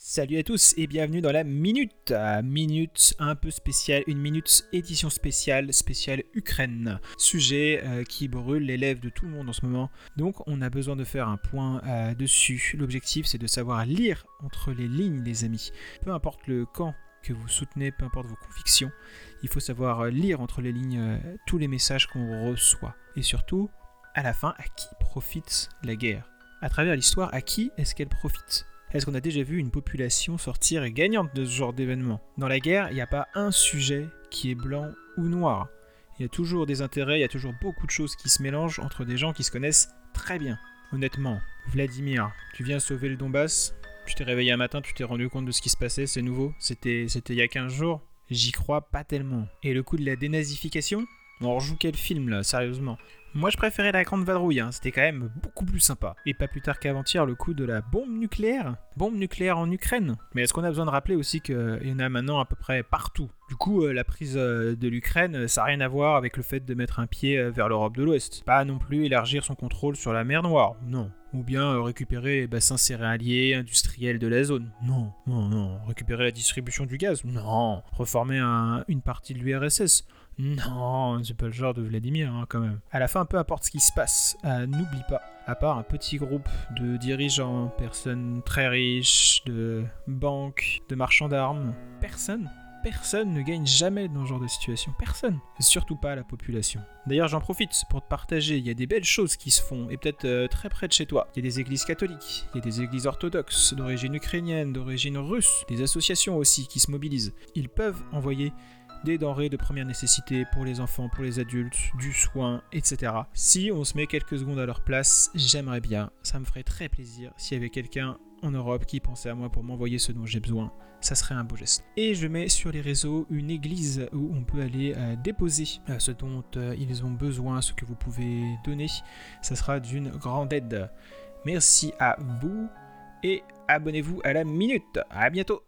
Salut à tous et bienvenue dans la Minute. Minute un peu spéciale, une minute édition spéciale Ukraine. Sujet qui brûle les lèvres de tout le monde en ce moment. Donc on a besoin de faire un point dessus. L'objectif c'est de savoir lire entre les lignes les amis. Peu importe le camp que vous soutenez, peu importe vos convictions, il faut savoir lire entre les lignes tous les messages qu'on reçoit. Et surtout, à la fin, à qui profite la guerre ? À travers l'histoire, à qui est-ce qu'elle profite ? Est-ce qu'on a déjà vu une population sortir gagnante de ce genre d'événement ? Dans la guerre, il n'y a pas un sujet qui est blanc ou noir. Il y a toujours des intérêts, il y a toujours beaucoup de choses qui se mélangent entre des gens qui se connaissent très bien. Honnêtement, Vladimir, tu viens sauver le Donbass ? Tu t'es réveillé un matin, tu t'es rendu compte de ce qui se passait, c'est nouveau ? C'était il y a 15 jours ? J'y crois pas tellement. Et le coup de la dénazification ? On rejoue quel film là, sérieusement ? Moi je préférais la grande vadrouille, c'était quand même beaucoup plus sympa. Et pas plus tard qu'avant-hier, le coup de la bombe nucléaire en Ukraine. Mais est-ce qu'on a besoin de rappeler aussi qu'il y en a maintenant à peu près partout ? Du coup, la prise de l'Ukraine, ça n'a rien à voir avec le fait de mettre un pied vers l'Europe de l'Ouest. Pas non plus élargir son contrôle sur la mer Noire, non. Ou bien récupérer les bassins céréaliers, industriels de la zone. Non. Récupérer la distribution du gaz. Non. Reformer une partie de l'URSS. Non, c'est pas le genre de Vladimir quand même. À la fin, peu importe ce qui se passe, n'oublie pas, à part un petit groupe de dirigeants, personnes très riches, de banques, de marchands d'armes, personne ne gagne jamais dans ce genre de situation. Personne. Et surtout pas la population. D'ailleurs, j'en profite pour te partager, il y a des belles choses qui se font, et peut-être très près de chez toi. Il y a des églises catholiques, il y a des églises orthodoxes, d'origine ukrainienne, d'origine russe, des associations aussi qui se mobilisent. Ils peuvent envoyer des denrées de première nécessité pour les enfants, pour les adultes, du soin, etc. Si on se met quelques secondes à leur place, j'aimerais bien, ça me ferait très plaisir s'il y avait quelqu'un en Europe qui pensait à moi pour m'envoyer ce dont j'ai besoin. Ça serait un beau geste. Et je mets sur les réseaux une église où on peut aller déposer ce dont ils ont besoin, ce que vous pouvez donner. Ça sera d'une grande aide. Merci à vous et abonnez-vous à la Minute. À bientôt.